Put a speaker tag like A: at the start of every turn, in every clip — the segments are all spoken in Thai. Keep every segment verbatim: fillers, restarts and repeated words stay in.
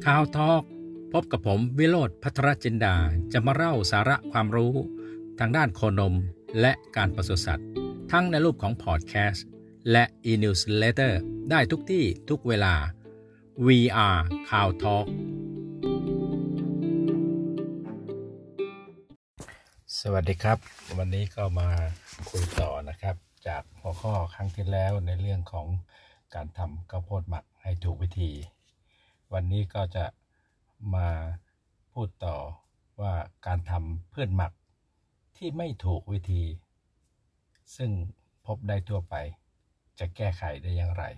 A: ข่าวทอกพบกับผมวิโรจน์ภัทรจินดาจะมาเล่าสาระความรู้ทางด้านโคนมและการปศุสัตว์ทั้งในรูปของพอดแคสต์และอีนิวส์เลเตอร์ได้ทุกที่ทุกเวลา วี อาร์ ข่าวทอกสวัสดีครับวันนี้ก็มาคุยต่อนะครับจากหัวข้อครั้งที่แล้วในเรื่องของการทำข้าวโพดหมักให้ถูกวิธีวันนี้ก็จะมาพูดต่อว่าการทำพืชหมักที่ไม่ถูกวิธีซึ่งพบได้ทั่วไปจะแก้ไขได้อย่างไร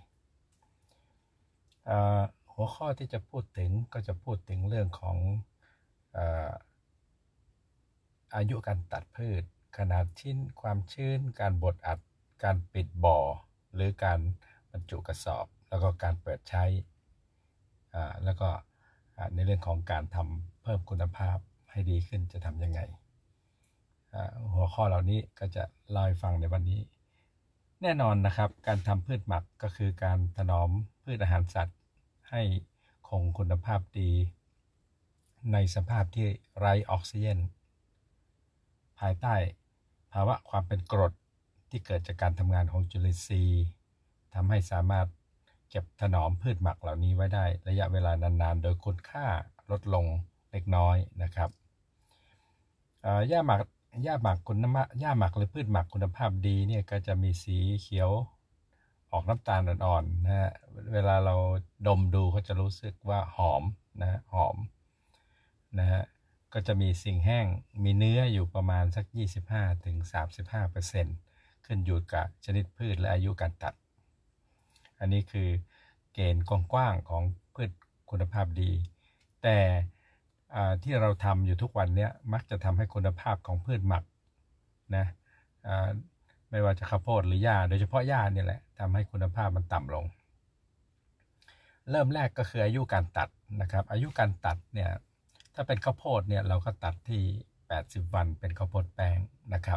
A: หัวข้อที่จะพูดถึงก็จะพูดถึงเรื่องของอาอายุการตัดพืชขนาดชิ้นความชื้นการบดอัดการปิดบ่อหรือการบรรจุกระสอบแล้วก็การเปิดใช้แล้วก็ในเรื่องของการทำเพิ่มคุณภาพให้ดีขึ้นจะทำยังไงหัวข้อเหล่านี้ก็จะเล่าให้ฟังในวันนี้แน่นอนนะครับการทำพืชหมักก็คือการถนอมพืชอาหารสัตว์ให้คงคุณภาพดีในสภาพที่ไร้ออกซิเจนภายใต้ภาวะความเป็นกรดที่เกิดจากการทำงานของจุลินทรีย์ทำให้สามารถเก็บถนอมพืชหมักเหล่านี้ไว้ได้ระยะเวลานานๆโดยคุณค่าลดลงเล็กน้อยนะครับหญ้าหมักหญ้าหมักคุณภาพหญ้าหมักหรือพืชหมักคุณภาพดีเนี่ยก็จะมีสีเขียวออกน้ำตาลอ่อนๆนะฮะเวลาเราดมดูก็จะรู้สึกว่าหอมนะหอมนะฮะก็จะมีสิ่งแห้งมีเนื้ออยู่ประมาณสัก ยี่สิบห้าถึงสามสิบห้าเปอร์เซ็นต์ ขึ้นอยู่กับชนิดพืชและอายุการตัดอันนี้คือเกณฑ์กว้างๆของพืชคุณภาพดีแต่ที่เราทำอยู่ทุกวันนี้มักจะทำให้คุณภาพของพืชหมักนะไม่ว่าจะข้าวโพดหรือหญ้าโดยเฉพาะหญ้านี่แหละทำให้คุณภาพมันต่ำลงเริ่มแรกก็คืออายุการตัดนะครับอายุการตัดเนี่ยถ้าเป็นข้าวโพดเนี่ยเราก็ตัดที่แปดสิบวันเป็นข้าวโพดแป้งนะครับ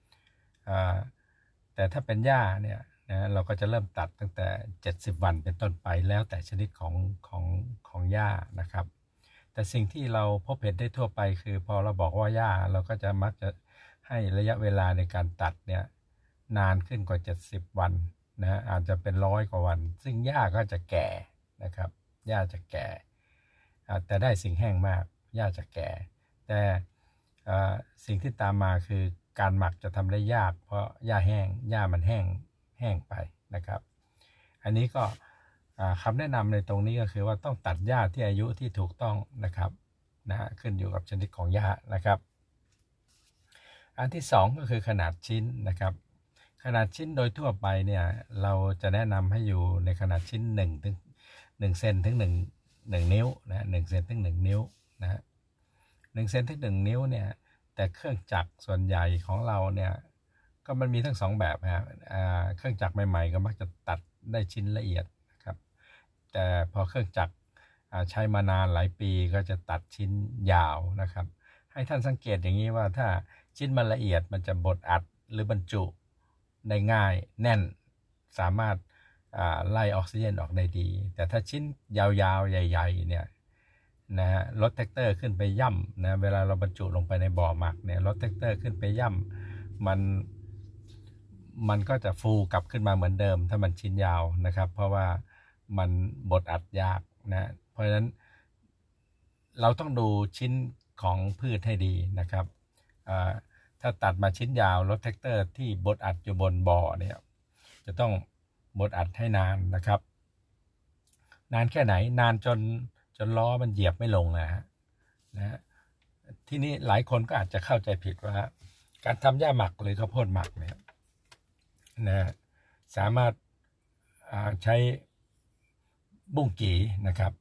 A: แต่ถ้าเป็นหญ้าเนี่ยนะเราก็จะเริ่มตัดตั้งแต่เจ็ดสิบวันเป็นต้นไปแล้วแต่ชนิดของของของหญ้านะครับแต่สิ่งที่เราพบเห็นได้ทั่วไปคือพอเราบอกว่าหญ้าเราก็จะมักจะให้ระยะเวลาในการตัดเนี่ยนานขึ้นกว่าเจ็ดสิบวันนะอาจจะเป็นร้อยกว่าวันซึ่งหญ้าก็จะแก่นะครับหญ้าจะแก่แต่ได้สิ่งแห้งมากหญ้าจะแก่แต่สิ่งที่ตามมาคือการหมักจะทำได้ยากเพราะหญ้าแห้งหญ้ามันแห้งแห้งไปนะครับอันนี้ก็คำแนะนำในตรงนี้ก็คือว่าต้องตัดหญ้าที่อายุที่ถูกต้องนะครับนะฮะขึ้นอยู่กับชนิดของหญ้านะครับอันที่สองก็คือขนาดชิ้นนะครับขนาดชิ้นโดยทั่วไปเนี่ยเราจะแนะนำให้อยู่ในขนาดชิ้นหนึ่งถึงหนึ่งเซนถึงหนึ่ง หนึ่งนิ้วนะหนึ่งเซนถึงหนึ่งนิ้วนะฮะหนึ่งเซนถึงหนึ่งนิ้วเนี่ยแต่เครื่องจักรส่วนใหญ่ของเราเนี่ยก็มันมีทั้งสองแบบนะเครื่องจักรใหม่ๆก็มักจะตัดได้ชิ้นละเอียดนะครับแต่พอเครื่องจักรใช้มานานหลายปีก็จะตัดชิ้นยาวนะครับให้ท่านสังเกตอย่างนี้ว่าถ้าชิ้นมันละเอียดมันจะบดอัดหรือบรรจุได้ง่ายแน่นสามารถไล่ออกซิเจนออกได้ดีแต่ถ้าชิ้นยาวๆใหญ่ๆเนี่ยนะฮะรถแท็กเตอร์ขึ้นไปย่ำนะเวลาเราบรรจุลงไปในบ่อหมักเนี่ยรถแท็กเตอร์ขึ้นไปย่ำมันมันก็จะฟูกลับขึ้นมาเหมือนเดิมถ้ามันชิ้นยาวนะครับเพราะว่ามันบดอัดยากนะเพราะฉะนั้นเราต้องดูชิ้นของพืชให้ดีนะครับถ้าตัดมาชิ้นยาวรถแท็กเตอร์ที่บดอัดอยู่บนบ่อเนี่ยจะต้องบดอัดให้นานนะครับนานแค่ไหนนานจนจนล้อมันเหยียบไม่ลงนะฮะนะที่นี้หลายคนก็อาจจะเข้าใจผิดว่าการทำหญ้าหมักหรือข้าวโพดหมักเนี่ยนะสามารถใช้บุ้งกี่นะครับ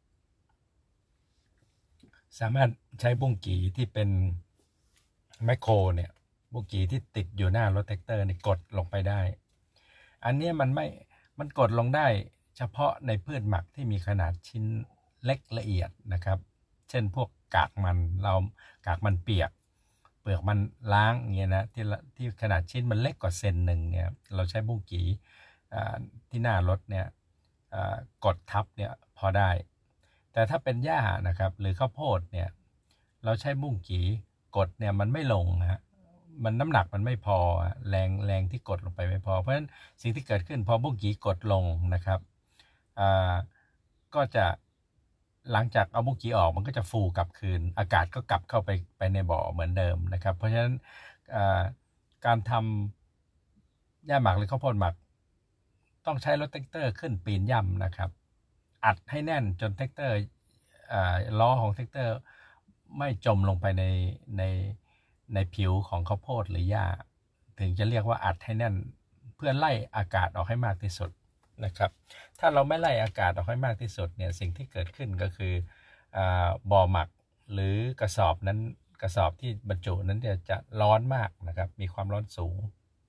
A: สามารถใช้บุ้งกี่ที่เป็นแมคโครเนี่ยบุ้งกี่ที่ติดอยู่หน้ารถแท็กเตอร์นี่กดลงไปได้อันนี้มันไม่มันกดลงได้เฉพาะในพืชหมักที่มีขนาดชิ้นเล็กละเอียดนะครับเช่นพวกกากมันเรากากมันเปียกเปลือกมันล้างเงี้ยนะที่ที่ขนาดชิ้นมันเล็กกว่าเซนหนึ่งเนี่ยเราใช้บุ้งกี่ที่หน้ารถเนี่ยกดทับเนี่ยพอได้แต่ถ้าเป็นหญ้านะครับหรือข้าวโพดเนี่ยเราใช้บุ้งกี่กดเนี่ยมันไม่ลงนะฮะมันน้ำหนักมันไม่พอแรงแรงที่กดลงไปไม่พอเพราะฉะนั้นสิ่งที่เกิดขึ้นพอบุ้งกี่กดลงนะครับอ่าก็จะหลังจากเอาบุ้งกี่ออกมันก็จะฟูกลับคืนอากาศก็กลับเข้าไปไปในบ่อเหมือนเดิมนะครับเพราะฉะนั้นการทำหญ้าหมักหรือข้าวโพดหมักต้องใช้รถแท็กเตอร์ขึ้นปีนย่ำนะครับอัดให้แน่นจนแท็กเตอร์ล้อของแท็กเตอร์ไม่จมลงไปในในในผิวของข้าวโพดหรือหญ้าถึงจะเรียกว่าอัดให้แน่นเพื่อไล่อากาศออกให้มากที่สุดนะครับถ้าเราไม่ไล่อากาศออกให้มากที่สุดเนี่ยสิ่งที่เกิดขึ้นก็คือบ่อหมักหรือกระสอบนั้นกระสอบที่บรรจุนั้นจะร้อนมากนะครับมีความร้อนสูง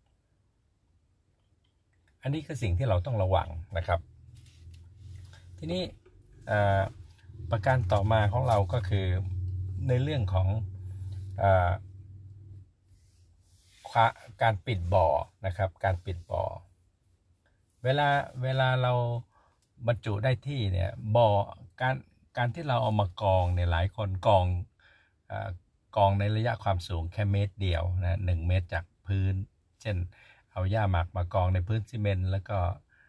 A: อันนี้คือสิ่งที่เราต้องระวังนะครับทีนี้ประการต่อมาของเราก็คือในเรื่องของการปิดบ่อนะครับการปิดบ่อเวลาเวลาเราบรรจุได้ที่เนี่ยบ่อการการที่เราเอามากองเนี่ยหลายคนกองกองในระยะความสูงแค่เมตรเดียวนะหนึ่งเมตรจากพื้นเช่นเอาหญ้าหมักมากองในพื้นซีเมนต์แล้วก็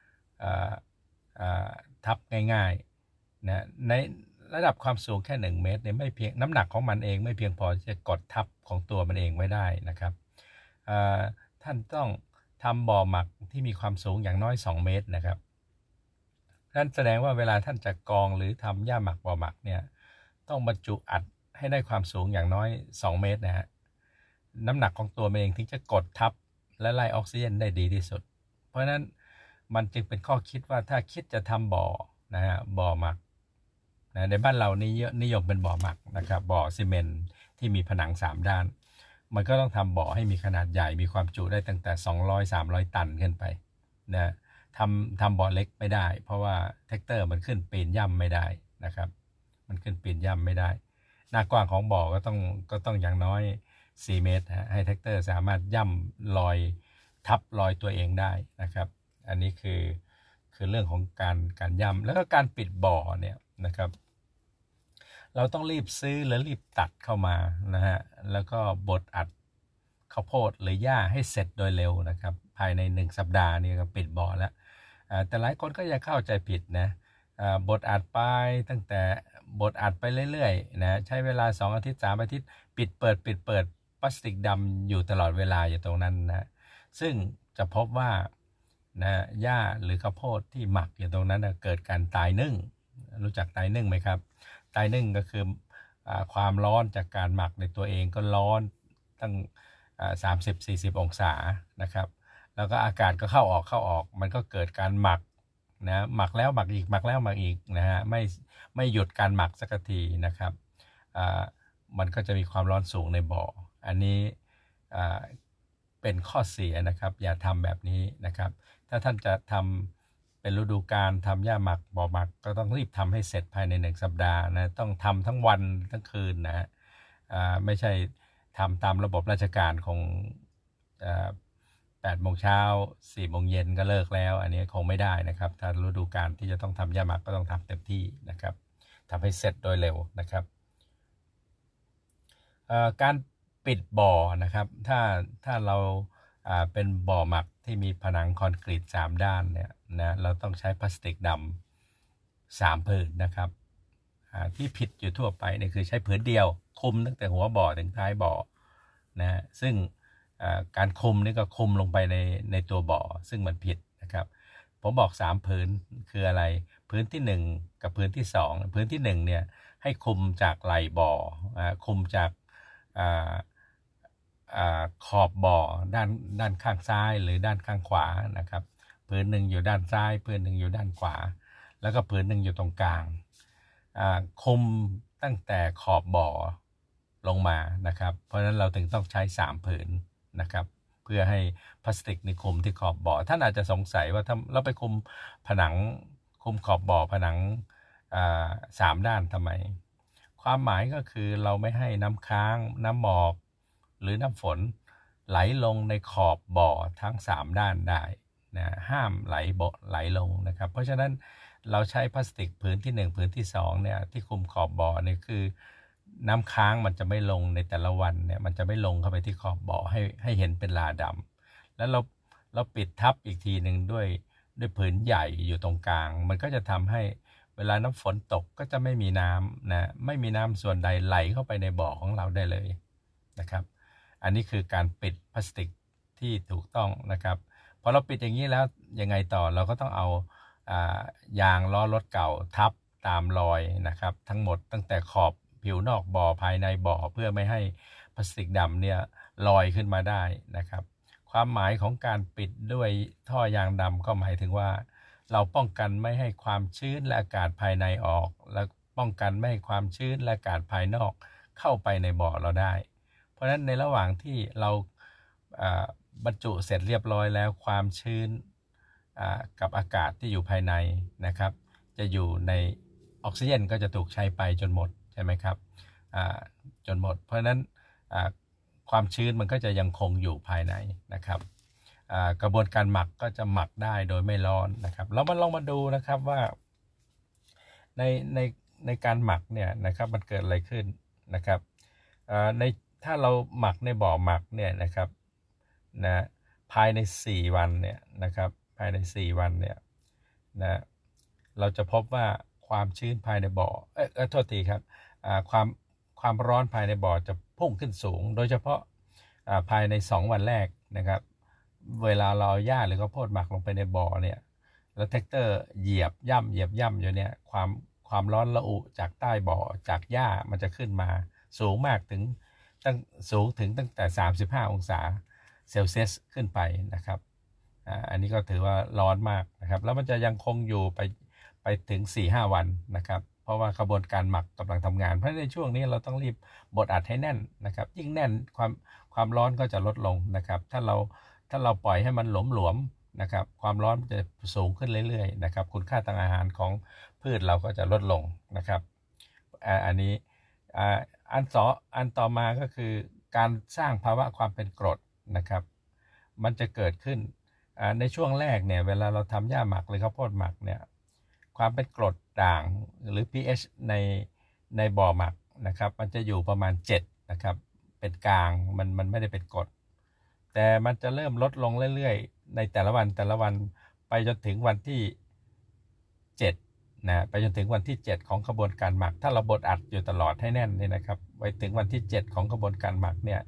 A: ทับง่ายๆนะในระดับความสูงแค่หนึ่งเมตรเนี่ยไม่เพียงน้ำหนักของมันเองไม่เพียงพอจะกดทับของตัวมันเองไว้ได้นะครับท่านต้องทำบ่อหมักที่มีความสูงอย่างน้อยสองเมตรนะครับนั่นแสดงว่าเวลาท่านจะกองหรือทำหญ้าหมักบ่อหมักเนี่ยต้องบรรจุอัดให้ได้ความสูงอย่างน้อยสองเมตรนะฮะน้ำหนักของตัวมันเองถึงจะกดทับและไล่ออกซิเจนได้ดีที่สุดเพราะฉะนั้นมันจึงเป็นข้อคิดว่าถ้าคิดจะทำบ่อนะฮะบ่อหมักนะในบ้านเรานี่เยอะนิยมเป็นบ่อหมักนะครับบ่อซีเมนต์ที่มีผนังสามด้านมันก็ต้องทำบ่อให้มีขนาดใหญ่มีความจุได้ตั้งแต่สองร้อย สามร้อยตันขึ้นไปนะทำทำบ่อเล็กไม่ได้เพราะว่าแท็กเตอร์มันขึ้นปีนย่ำไม่ได้นะครับมันขึ้นปีนย่ำไม่ได้หน้ากว้างของบ่อก็ต้องก็ต้องอย่างน้อยสี่เมตรให้แท็กเตอร์สามารถย่ำลอยทับลอยตัวเองได้นะครับอันนี้คือคือเรื่องของการการย่ำแล้วก็การปิดบ่อเนี่ยนะครับเราต้องรีบซื้อหรือรีบตัดเข้ามานะฮะแล้วก็บดอัดข้าวโพดหรือหญ้าให้เสร็จโดยเร็วนะครับภายในหนึ่งสัปดาห์นี่ก็ปิดบ่อแล้วแต่หลายคนก็ยังเข้าใจผิดนะบดอัดไปตั้งแต่บดอัดไปเรื่อยๆนะใช้เวลาสองอาทิตย์สามอาทิตย์ปิดเปิดปิดเปิดพลาสติกดำอยู่ตลอดเวลาอยู่ตรงนั้นนะซึ่งจะพบว่านะหญ้าหรือข้าวโพดที่หมักอยู่ตรงนั้นนะเกิดการตายนึ่งรู้จักตายนึ่งไหมครับตายนึ่งก็คือความร้อนจากการหมักในตัวเองก็ร้อนตั้งสามสิบสี่สิบองศานะครับแล้วก็อากาศก็เข้าออกเข้าออกมันก็เกิดการหมักนะหมักแล้วหมักอีกหมักแล้วหมักอีกนะฮะไม่ไม่หยุดการหมักสักทีนะครับมันก็จะมีความร้อนสูงในบ่ออันนี้เป็นข้อเสียนะครับอย่าทำแบบนี้นะครับถ้าท่านจะทำเป็นฤดูกาลทำหญ้าหมักบ่อหมักก็ต้องรีบทำให้เสร็จภายในหนึ่งสัปดาห์นะต้องทำทั้งวันทั้งคืนนะฮะไม่ใช่ทำตามระบบราชการของแปดโมงเช้าสี่โมงเย็นก็เลิกแล้วอันนี้คงไม่ได้นะครับถ้าฤดูกาลที่จะต้องทำหญ้าหมักก็ต้องทำเต็มที่นะครับทำให้เสร็จโดยเร็วนะครับการปิดบ่อนะครับถ้าถ้าเราเป็นบ่อหมักที่มีผนังคอนกรีตสามด้านเนี่ยนะเราต้องใช้พลาสติกดำสามผืนนะครับที่ผิดอยู่ทั่วไปเนี่ยคือใช้ผืนเดียวคุมตั้งแต่หัวบ่อถึงท้ายบ่อนะซึ่งการคุมนี่ก็คุมลงไปในในตัวบ่อซึ่งมันผิดนะครับผมบอกสามผืนคืออะไรพื้นที่หนึ่งกับพื้นที่สองพื้นที่หนึ่งเนี่ยให้คุมจากไหล่บ่อคุมจากขอบบ่อด้านด้านข้างซ้ายหรือด้านข้างขวานะครับพื้นหนึ่งอยู่ด้านซ้ายพื้นหนึ่งอยู่ด้านขวาแล้วก็พื้นหนึ่งอยู่ตรงกลางคุมตั้งแต่ขอบบ่อลงมานะครับเพราะฉะนั้นเราถึงต้องใช้สามผืนนะครับเพื่อให้พลาสติกนี่คุมที่ขอบบ่อท่านอาจจะสงสัยว่าถ้าเราไปคุมผนังคุมขอบบ่อผนังสามด้านทำไมความหมายก็คือเราไม่ให้น้ำค้างน้ำหมอกหรือน้ำฝนไหลลงในขอบบ่อทั้งสามด้านได้นะห้ามไหลบ่อไหลลงนะครับเพราะฉะนั้นเราใช้พลาสติกผืนที่หนึ่งผืนที่สองเนี่ยที่คุมขอบบ่อเนี่ยคือน้ำค้างมันจะไม่ลงในแต่ละวันเนี่ยมันจะไม่ลงเข้าไปที่ขอบบ่อให้ให้เห็นเป็นลาดำแล้วเราเราปิดทับอีกทีหนึ่งด้วยด้วยผืนใหญ่อยู่ตรงกลางมันก็จะทำให้เวลาน้ำฝนตกก็จะไม่มีน้ำนะไม่มีน้ำส่วนใดไหลเข้าไปในบ่อของเราได้เลยนะครับอันนี้คือการปิดพลาสติกที่ถูกต้องนะครับพอเราปิดอย่างนี้แล้วยังไงต่อเราก็ต้องเอายางล้อรถเก่าทับตามรอยนะครับทั้งหมดตั้งแต่ขอบผิวนอกบ่อภายในบ่อเพื่อไม่ให้พลาสติกดำเนี่ยลอยขึ้นมาได้นะครับความหมายของการปิดด้วยท่อยางดำก็หมายถึงว่าเราป้องกันไม่ให้ความชื้นและอากาศภายในออกและป้องกันไม่ให้ความชื้นและอากาศภายนอกเข้าไปในบ่อเราได้เพราะฉะนั้นในระหว่างที่เราบรรจุเสร็จเรียบร้อยแล้วความชื้นกับอากาศที่อยู่ภายในนะครับจะอยู่ในออกซิเจนก็จะถูกใช้ไปจนหมดใช่ไหมครับจนหมดเพราะฉะนั้นความชื้นมันก็จะยังคงอยู่ภายในนะครับกระบวนการหมักก็จะหมักได้โดยไม่ร้อนนะครับแล้วมาลองมาดูนะครับว่าในในในการหมักเนี่ยนะครับมันเกิดอะไรขึ้นนะครับในถ้าเราหมักในบ่อหมักเนี่ยนะครับนะภายในสี่วันเนี่ยนะครับภายในสี่วันเนี่ยนะเราจะพบว่าความชื้นภายในบ่อเอ้ยโทษทีครับความความร้อนภายในบ่อจะพุ่งขึ้นสูงโดยเฉพาะภายในสองวันแรกนะครับเวลาเราเอาหญ้าหรือข้าวโพดหมักลงไปในบ่อเนี่ยแล้วแท็กเตอร์เหยียบย่ำเหยียบย่ำอยู่เนี่ยความความร้อนระอุจากใต้บ่อจากหญ้ามันจะขึ้นมาสูงมากถึงตั้งสูงถึงตั้งแต่สามสิบห้าองศาเซลเซียสขึ้นไปนะครับอันนี้ก็ถือว่าร้อนมากนะครับแล้วมันจะยังคงอยู่ไปไปถึง สี่ห้า วันนะครับเพราะว่ากระบวนการหมักกำลังทำงานเพราะในช่วงนี้เราต้องรีบบดอัดให้แน่นนะครับยิ่งแน่นความความร้อนก็จะลดลงนะครับถ้าเราถ้าเราปล่อยให้มันหลวมๆนะครับความร้อนจะสูงขึ้นเรื่อยๆนะครับคุณค่าทางอาหารของพืชเราก็จะลดลงนะครับอันนี้อันต่ออันต่อมาก็คือการสร้างภาวะความเป็นกรดนะครับมันจะเกิดขึ้นในช่วงแรกเนี่ยเวลาเราทำหญ้าหมักหรือข้าวโพดหมักเนี่ยความเป็นกรดด่างหรือ pH ในในบ่อหมักนะครับมันจะอยู่ประมาณเจ็ดนะครับเป็นกลางมันมันไม่ได้เป็นกรดแต่มันจะเริ่มลดลงเรื่อยๆในแต่ละวันแต่ละวันไปจนถึงวันที่เจ็ดนะไปจนถึงวันที่เจ็ดของกระบวนการหมักถ้าเราบดอัดอยู่ตลอดให้แน่นนี่นะครับไปถึงวันที่เจ็ดของกระบวนการหมักเนี่ย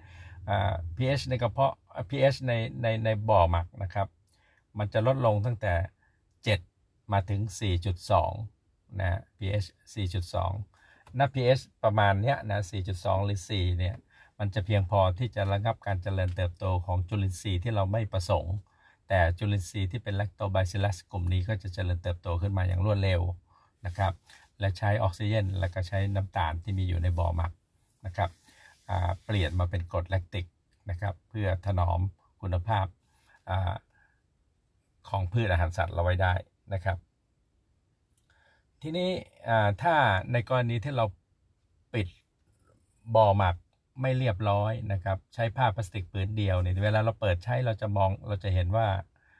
A: pH ในกระเพาะ pH ในในในบ่อหมักนะครับมันจะลดลงตั้งแต่เจ็ดมาถึง สี่จุดสอง นะ pH สี่จุดสอง ณ pH ประมาณเนี้ยนะ สี่จุดสอง หรือสี่เนี่ยมันจะเพียงพอที่จะระงับการเจริญเติบโตของจุลินทรีย์ที่เราไม่ประสงค์แต่จุลินทรีย์ที่เป็นแลคโตไบซิลลัสกลุ่มนี้ก็จะเจริญเติบโตขึ้นมาอย่างรวดเร็วนะครับและใช้ออกซิเจนและก็ใช้น้ำตาลที่มีอยู่ในบ่อหมักนะครับเปลี่ยนมาเป็นกรดแลคติกนะครับเพื่อถนอมคุณภาพของพืชอาหารสัตว์เราไว้ได้นะครับทีนี้ถ้าในกรณีที่เราปิดบ่อหมักไม่เรียบร้อยนะครับใช้ผ้าพลาสติกผืนเดียวเนี่ยเวลาเราเปิดใช้เราจะมองเราจะเห็นว่า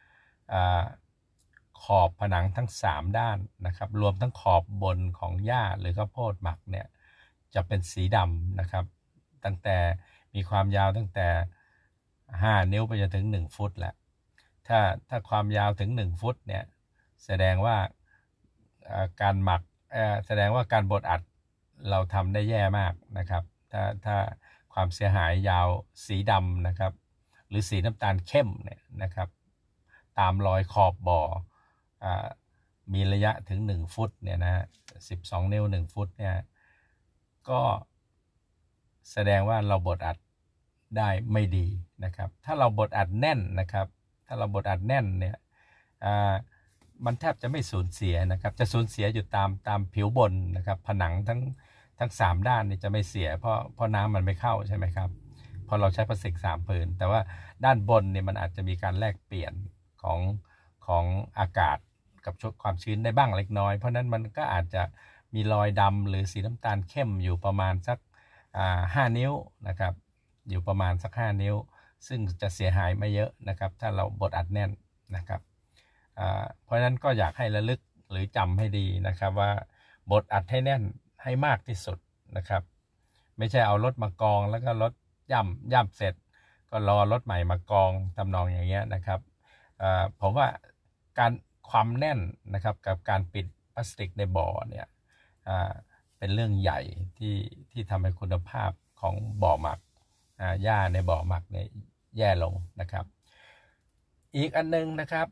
A: ขอบผนังทั้งสามด้านนะครับรวมทั้งขอบบนของหญ้าหรือข้าวโพดหมักเนี่ยจะเป็นสีดำนะครับตั้งแต่มีความยาวตั้งแต่ห้านิ้วไปจนถึงหนึ่งฟุตแหละถ้าถ้าความยาวถึงหนึ่งฟุตเนี่ยแสดงว่าการหมักแสดงว่าการบดอัดเราทำได้แย่มากนะครับถ้าถ้าความเสียหายยาวสีดำนะครับหรือสีน้ำตาลเข้มเนี่ยนะครับตามรอยขอบบ่อมีระยะถึงหนึ่งฟุตเนี่ยนะสิบสองนิ้วหนึ่งฟุตเนี่ยก็แสดงว่าเราบดอัดได้ไม่ดีนะครับถ้าเราบดอัดแน่นนะครับถ้าเราบดอัดแน่นเนี่ยมันแทบจะไม่สูญเสียนะครับจะสูญเสียอยู่ตามตามผิวบนนะครับผนังทั้งทั้งสามด้านนี่จะไม่เสียเพราะเพราะน้ำมันไม่เข้าใช่ไหมครับพอเราใช้พลาสติกสามผืนแต่ว่าด้านบนเนี่ยมันอาจจะมีการแลกเปลี่ยนของของอากาศกับความชื้นได้บ้างเล็กน้อยเพราะนั้นมันก็อาจจะมีรอยดำหรือสีน้ำตาลเข้มอยู่ประมาณสักห้านิ้วนะครับอยู่ประมาณสักห้านิ้วซึ่งจะเสียหายไม่เยอะนะครับถ้าเราบดอัดแน่นนะครับเพราะฉะนั้นก็อยากให้ระลึกหรือจำให้ดีนะครับว่าบดอัดให้แน่นให้มากที่สุดนะครับไม่ใช่เอารถมากองแล้วก็รถย่ำย่ำเสร็จก็รอรถใหม่มากองทำนองอย่างเงี้ยนะครับผมว่าการความแน่นนะครับกับการปิดพลาสติกในบ่อเนี่ยเป็นเรื่องใหญ่ที่ที่ทำให้คุณภาพของบ่อหมักหญ้าในบ่อหมักเนี่ยแย่ลงนะครับอีกอันนึงนะครับ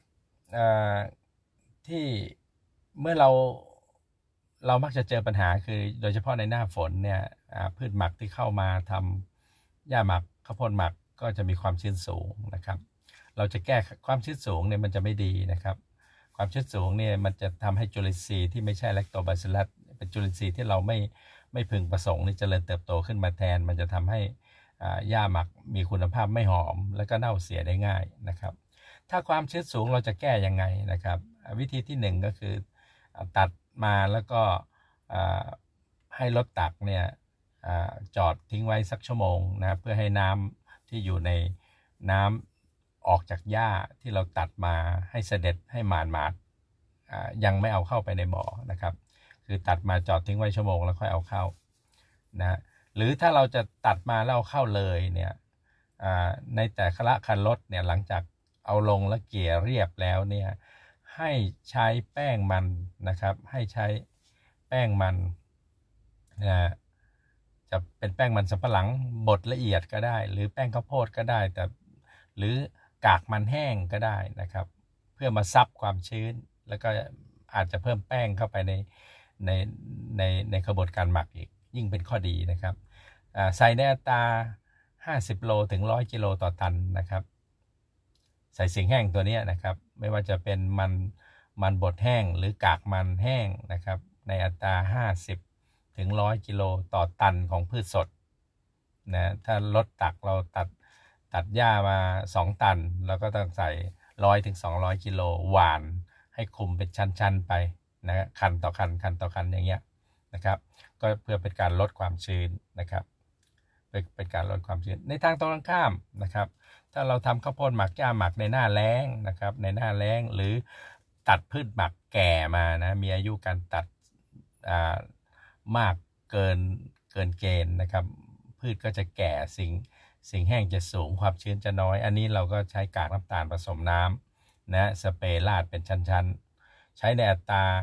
A: ที่เมื่อเราเรามักจะเจอปัญหาคือโดยเฉพาะในหน้าฝนเนี่ยพืชหมักที่เข้ามาทำหญ้าหมักข้าวโพดหมักก็จะมีความชื้นสูงนะครับเราจะแก้ความชื้นสูงเนี่ยมันจะไม่ดีนะครับความชื้นสูงเนี่ยมันจะทำให้จุลินทรีย์ที่ไม่ใช่แลคโตบาซิลลัสเป็นจุลินทรีย์ที่เราไม่ไม่พึงประสงค์นี่เจริญเติบโตขึ้นมาแทนมันจะทำให้หญ้าหมักมีคุณภาพไม่หอมแล้วก็เน่าเสียได้ง่ายนะครับถ้าความชื้นสูงเราจะแก้ยังไงนะครับวิธีที่หนึ่งก็คือตัดมาแล้วก็ให้รถตักเนี่ยจอดทิ้งไว้สักชั่วโมงนะเพื่อให้น้ำที่อยู่ในน้ำออกจากหญ้าที่เราตัดมาให้เสด็จให้หมาดหมาดยังไม่เอาเข้าไปในบ่อนะครับคือตัดมาจอดทิ้งไว้ชั่วโมงแล้วค่อยเอาเข้านะหรือถ้าเราจะตัดมาแล้วเอาเข้าเลยเนี่ยในแต่ละคันรถเนี่ยหลังจากเอาลงแล้วเกี่ยเรียบแล้วเนี่ยให้ใช้แป้งมันนะครับให้ใช้แป้งมันนะจะเป็นแป้งมันสำปะหลังบดละเอียดก็ได้หรือแป้งข้าวโพดก็ได้แต่หรือกากมันแห้งก็ได้นะครับเพื่อมาซับความชื้นแล้วก็อาจจะเพิ่มแป้งเข้าไปในในในในกระบวนการหมักอีกยิ่งเป็นข้อดีนะครับใส่ในอัตราห้าสิบโลถึงหนึ่งร้อยกิโลต่อตันนะครับใส่สิ่งแห้งตัวนี้นะครับไม่ว่าจะเป็นมันมันบดแห้งหรือกากมันแห้งนะครับในอัตราห้าสิบถึงหนึ่งร้อยกิโลต่อตันของพืชสดนะถ้ารถตักเราตัดตัดหญ้ามาสองตันเราก็ต้องใส่หนึ่งร้อยถึงสองร้อยกิโลหวานให้คุมเป็นชั้นๆไปนะคันต่อคันคันต่อคันอย่างเงี้ยนะครับก็เพื่อเป็นการลดความชื้นนะครับเป็นการลดความชื้นในทางตรงกันข้ามนะครับถ้าเราทำข้าวโพดหมักหญ้าหมักในหน้าแล้งนะครับในหน้าแล้งหรือตัดพืชหมักแก่มานะมีอายุการตัดมากเกินเกินเกณฑ์นะครับพืชก็จะแก่สิ่งสิ่งแห้งจะสูงความชื้นจะน้อยอันนี้เราก็ใช้กากน้ำตาลผสมน้ำนะสเปรย์ราดเป็นชั้นๆใช้ในอัตรา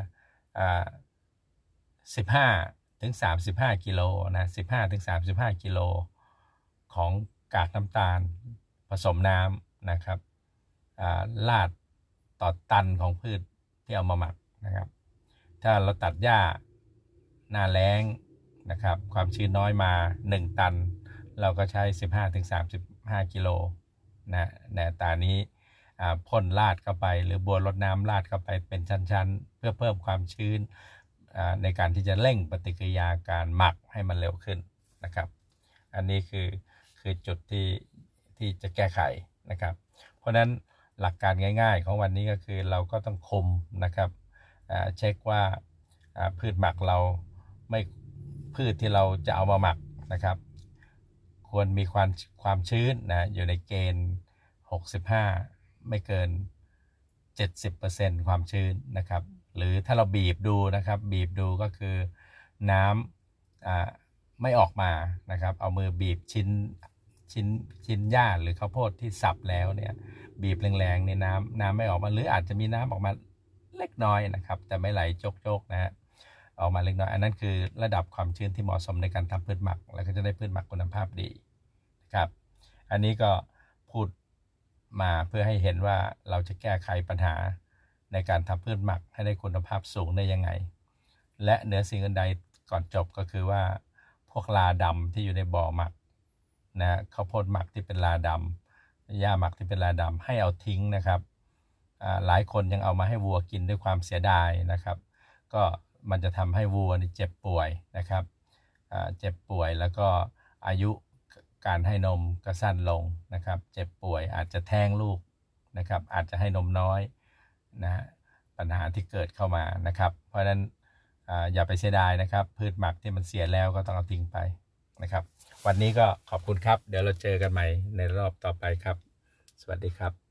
A: สิบห้าถึงสามสิบห้ากิโลนะสิบห้าถึงสามสิบห้ากิโลของกากน้ำตาลผสมน้ำนะครับราดต่อตันของพืชที่เอามาหมักนะครับถ้าเราตัดหญ้าหน้าแล้งนะครับความชื้นน้อยมาหนึ่งตันเราก็ใช้สิบห้าถึงสามสิบห้ากิโลนะในอัตรานี้พ่นราดเข้าไปหรือบัวรดน้ำราดเข้าไปเป็นชั้นๆเพื่อเพิ่มความชื้นในการที่จะเร่งปฏิกิริยาการหมักให้มันเร็วขึ้นนะครับอันนี้คือคือจุดที่ที่จะแก้ไขนะครับเพราะฉะนั้นหลักการง่ายๆของวันนี้ก็คือเราก็ต้องคุมนะครับเช็คว่าพืชหมักเราไม่พืชที่เราจะเอามาหมักนะครับควรมีความความชื้นนะอยู่ในเกณฑ์หกสิบห้าไม่เกิน เจ็ดสิบเปอร์เซ็นต์ ความชื้นนะครับหรือถ้าเราบีบดูนะครับบีบดูก็คือน้ำไม่ออกมานะครับเอามือบีบชิ้นชิ้นชิ้นหญ้าหรือข้าวโพดที่สับแล้วเนี่ยบีบแรงๆในน้ำน้ำไม่ออกมาหรืออาจจะมีน้ำออกมาเล็กน้อยนะครับแต่ไม่ไหลโจกๆนะฮะออกมาเล็กน้อยอันนั้นคือระดับความชื้นที่เหมาะสมในการทำพืชหมักแล้วก็จะได้พืชหมักคุณภาพดีครับอันนี้ก็พูดมาเพื่อให้เห็นว่าเราจะแก้ไขปัญหาในการทำพืชหมักให้ได้คุณภาพสูงได้ยังไงและเหนือสิ่งอื่นใดก่อนจบก็คือว่าพวกลาดำที่อยู่ในบ่อหมักนะข้าวโพดหมักที่เป็นลาดำหญ้าหมักที่เป็นลาดำให้เอาทิ้งนะครับหลายคนยังเอามาให้วัวกินด้วยความเสียดายนะครับก็มันจะทำให้วัวนี่เจ็บป่วยนะครับเจ็บป่วยแล้วก็อายุการให้นมก็สั้นลงนะครับเจ็บป่วยอาจจะแท้งลูกนะครับอาจจะให้นมน้อยนะปัญหาที่เกิดเข้ามานะครับเพราะฉะนั้นอย่าไปเสียดายนะครับพืชหมักที่มันเสียแล้วก็ต้องเอาทิ้งไปนะครับวันนี้ก็ขอบคุณครับเดี๋ยวเราเจอกันใหม่ในรอบต่อไปครับสวัสดีครับ